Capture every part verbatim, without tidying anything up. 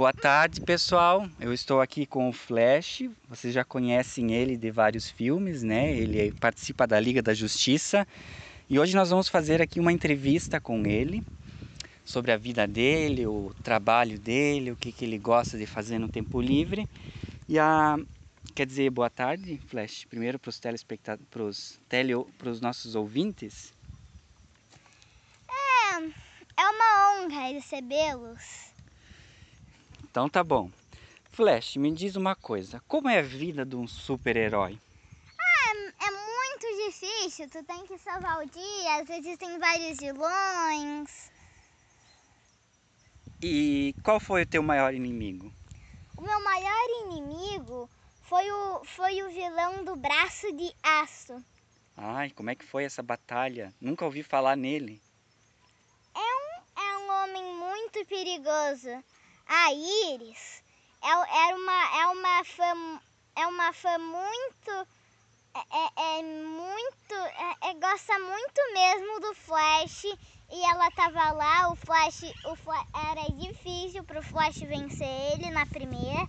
Boa tarde, pessoal. Eu estou aqui com o Flash. Vocês já conhecem ele de vários filmes, né? Ele participa da Liga da Justiça. E hoje nós vamos fazer aqui uma entrevista com ele sobre a vida dele, o trabalho dele, o que, que ele gosta de fazer no tempo livre. E a Quer dizer, boa tarde, Flash, primeiro para os telespectadores, para os tele... para os nossos ouvintes. É, é uma honra recebê-los. Então tá bom. Flash, me diz uma coisa, como é a vida de um super-herói? É, é muito difícil, tu tem que salvar o dia, às vezes tem vários vilões. E qual foi o teu maior inimigo? O meu maior inimigo foi o, foi o vilão do Braço de Aço. Ai, como é que foi essa batalha? Nunca ouvi falar nele. É um, é um homem muito perigoso. A Iris é, é, uma, é, uma, fã, é uma fã muito... É, é muito, é, é, gosta muito mesmo do Flash e ela tava lá, o Flash, o Flash era difícil pro Flash vencer ele na primeira.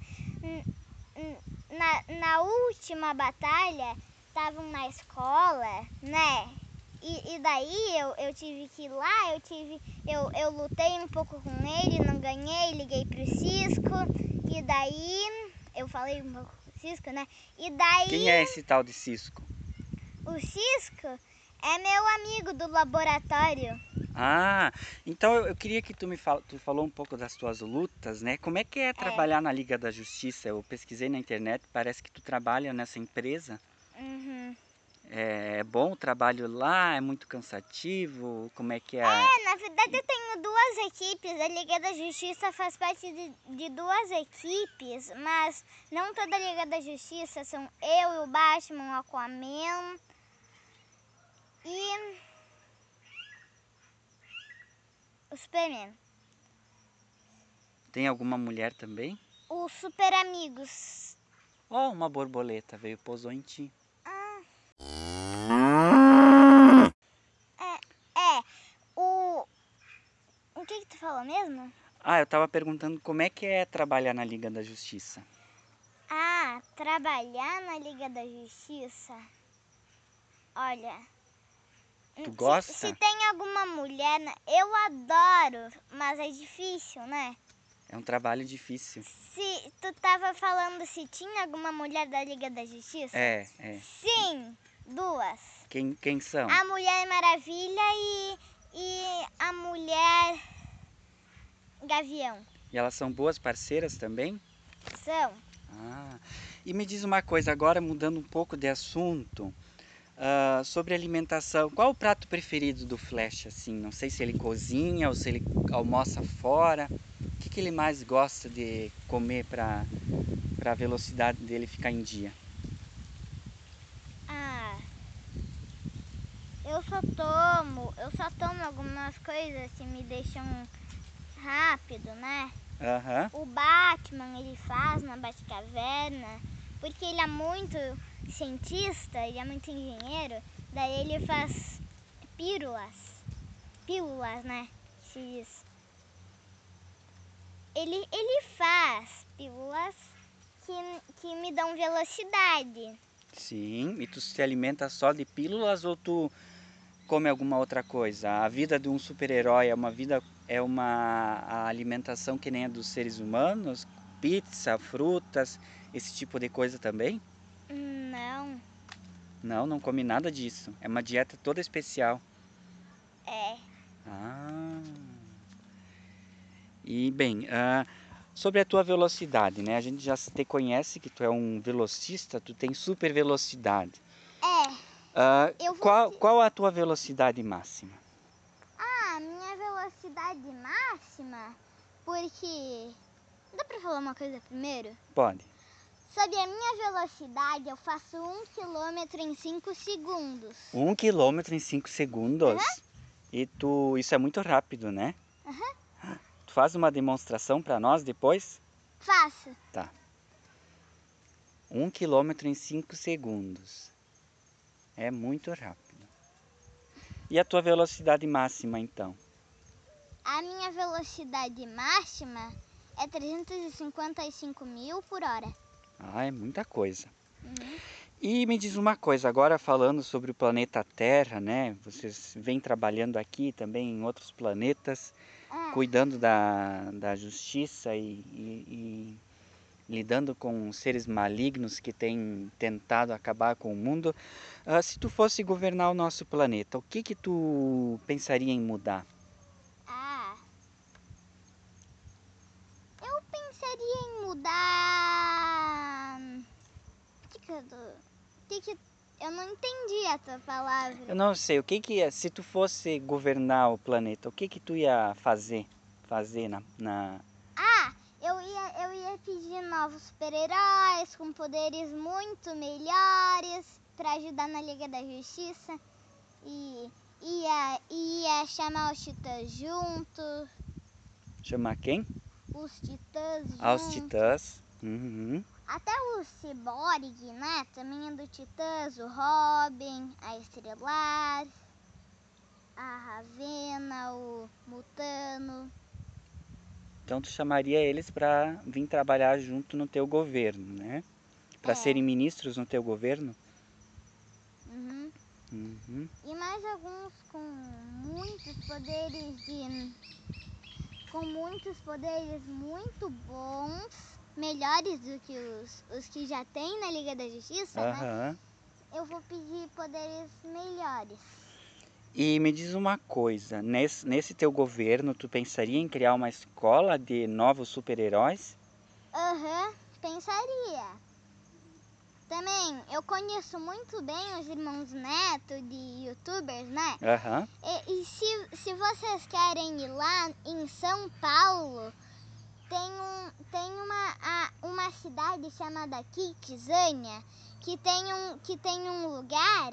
Na, na última batalha, estavam na escola, né? E, e daí eu, eu tive que ir lá, eu tive, eu, eu lutei um pouco com ele, não ganhei, liguei pro Cisco, e daí eu falei um pouco com o Cisco, né? E daí... Quem é esse tal de Cisco? O Cisco é meu amigo do laboratório. Ah, então eu, eu queria que tu me fal, tu falou um pouco das tuas lutas, né? Como é que é trabalhar É. na Liga da Justiça? Eu pesquisei na internet, parece que tu trabalha nessa empresa. Uhum. É, é bom o trabalho lá? É muito cansativo? Como é que é? É, na verdade eu tenho duas equipes. A Liga da Justiça faz parte de, de duas equipes, mas não toda a Liga da Justiça. São eu e o Batman, o Aquaman e o Superman. Tem alguma mulher também? Os Super Amigos. Oh, uma borboleta veio, pousou em ti. Ah. É, é. O... O que que tu falou mesmo? Ah, eu tava perguntando como é que é trabalhar na Liga da Justiça. Ah, trabalhar na Liga da Justiça? Olha, Tu se, gosta? se tem alguma mulher, eu adoro, mas é difícil, né? É um trabalho difícil. Se tu tava falando se tinha alguma mulher da Liga da Justiça? É, é. Sim, duas. Quem, quem são? A Mulher Maravilha e, e a Mulher Gavião. E elas são boas parceiras também? São. Ah, e me diz uma coisa agora, mudando um pouco de assunto, uh, sobre alimentação. Qual o prato preferido do Flash, assim? Não sei se ele cozinha ou se ele almoça fora. O que, que ele mais gosta de comer para para a velocidade dele ficar em dia? Ah, eu só tomo, eu só tomo algumas coisas que me deixam rápido, né? Aham. O Batman, ele faz na Batcaverna, porque ele é muito cientista, ele é muito engenheiro, daí ele faz pílulas, pílulas, né, se diz. Ele, ele faz pílulas que, que me dão velocidade. Sim, e tu se alimenta só de pílulas ou tu come alguma outra coisa? A vida de um super-herói é uma vida, é uma alimentação que nem a dos seres humanos? Pizza, frutas, esse tipo de coisa também? Não, Não, não come nada disso. É uma dieta toda especial. é. Ah. E bem, ah, sobre a tua velocidade, né? A gente já te conhece que tu é um velocista, tu tem super velocidade. É, Ah, eu vou... qual, qual a tua velocidade máxima? Ah, minha velocidade máxima, porque... Dá pra falar uma coisa primeiro? Pode. Sobre a minha velocidade, eu faço um quilômetro em cinco segundos. Um quilômetro em cinco segundos? Uhum. E tu, isso é muito rápido, né? Uhum. Tu faz uma demonstração para nós depois? Faço. Tá. Um quilômetro em cinco segundos. É muito rápido. E a tua velocidade máxima, então? A minha velocidade máxima é trezentos e cinquenta e cinco mil por hora. Ah, é muita coisa. Uhum. E me diz uma coisa, agora falando sobre o planeta Terra, né? Vocês vêm trabalhando aqui também em outros planetas, Ah, cuidando da, da justiça e, e- e lidando com seres malignos que têm tentado acabar com o mundo. Ah, se tu fosse governar o nosso planeta, o que que tu pensaria em mudar? ah, eu pensaria em mudar. O que que eu tô... o que que... Eu não entendi a tua palavra. Eu não sei, o que que ia, se tu fosse governar o planeta, o que que tu ia fazer, fazer na, na... Ah, eu ia, eu ia pedir novos super-heróis com poderes muito melhores pra ajudar na Liga da Justiça. E ia, ia chamar os titãs juntos. chamar quem? Os titãs Aos juntos. titãs. Uhum. Até o Cyborg, né? Também é do Titãs, o Robin, a Estrelar, a Ravena, o Mutano. Então tu chamaria eles para vir trabalhar junto no teu governo, né? Para É. serem ministros no teu governo? Uhum. Uhum. E mais alguns com muitos poderes de. com muitos poderes muito bons, melhores do que os, os que já tem na Liga da Justiça, né? Aham. Eu vou pedir poderes melhores. E me diz uma coisa, nesse, nesse teu governo, tu pensaria em criar uma escola de novos super-heróis? Aham, pensaria. Também, eu conheço muito bem os irmãos Neto de youtubers, né? Aham. E, e se, se vocês querem ir lá em São Paulo, tem, um, tem uma, a, uma cidade chamada Kidzania, que tem um, que tem um lugar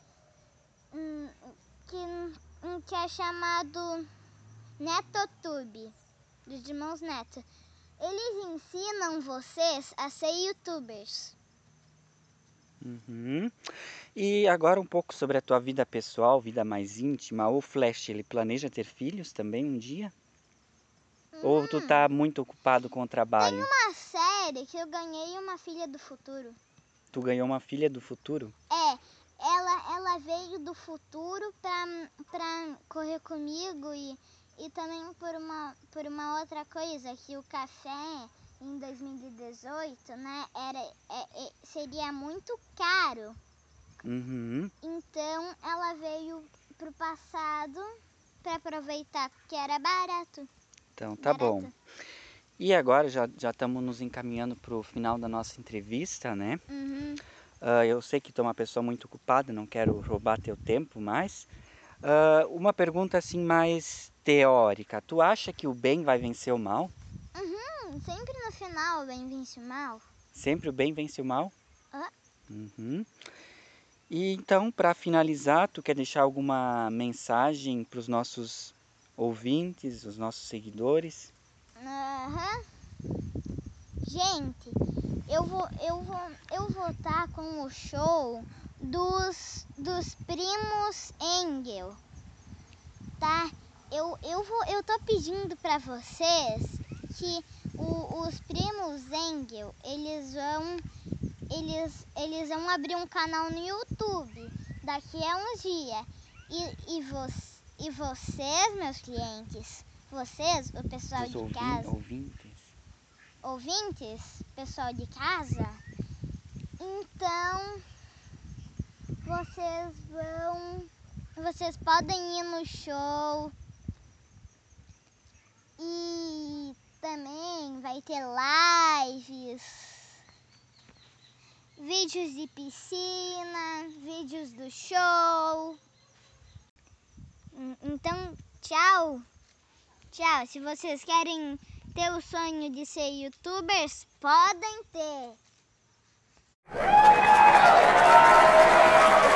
hum, que, hum, que é chamado Netotube, dos irmãos Neto. Eles ensinam vocês a ser youtubers. Uhum. E agora um pouco sobre a tua vida pessoal, vida mais íntima. O Flash, ele planeja ter filhos também um dia? Ou tu tá muito ocupado com o trabalho? Uma série que eu ganhei uma filha do futuro. Tu ganhou uma filha do futuro? É, ela, ela veio do futuro pra, pra correr comigo e, e também por uma, por uma outra coisa, que o café em dois mil e dezoito, né, era, é, é, seria muito caro. Uhum. Então ela veio pro passado pra aproveitar, porque era barato. Então tá Barato. bom. E agora já já estamos nos encaminhando para o final da nossa entrevista, né? Uhum. Ah, eu sei que tu é uma pessoa muito ocupada, não quero roubar teu tempo mais. Ah, uma pergunta assim mais teórica. Tu acha que o bem vai vencer o mal? Uhum. Sempre no final, bem vence o mal. Sempre o bem vence o mal? Ah. Uhum. E então, para finalizar, tu quer deixar alguma mensagem para os nossos ouvintes, os nossos seguidores? Aham. Gente, eu vou eu vou eu vou estar com o show dos dos primos Engel, tá? Eu eu vou eu tô pedindo para vocês que o, os primos Engel, eles vão eles eles vão abrir um canal no YouTube daqui a uns dias. E e, vo, e vocês, meus clientes, vocês, o pessoal Os de ouvi casa, ouvintes? ouvintes, pessoal de casa, então vocês vão, vocês podem ir no show e também vai ter lives, vídeos de piscina, vídeos do show. Então, tchau, tchau. Se vocês querem ter o sonho de ser youtubers, podem ter.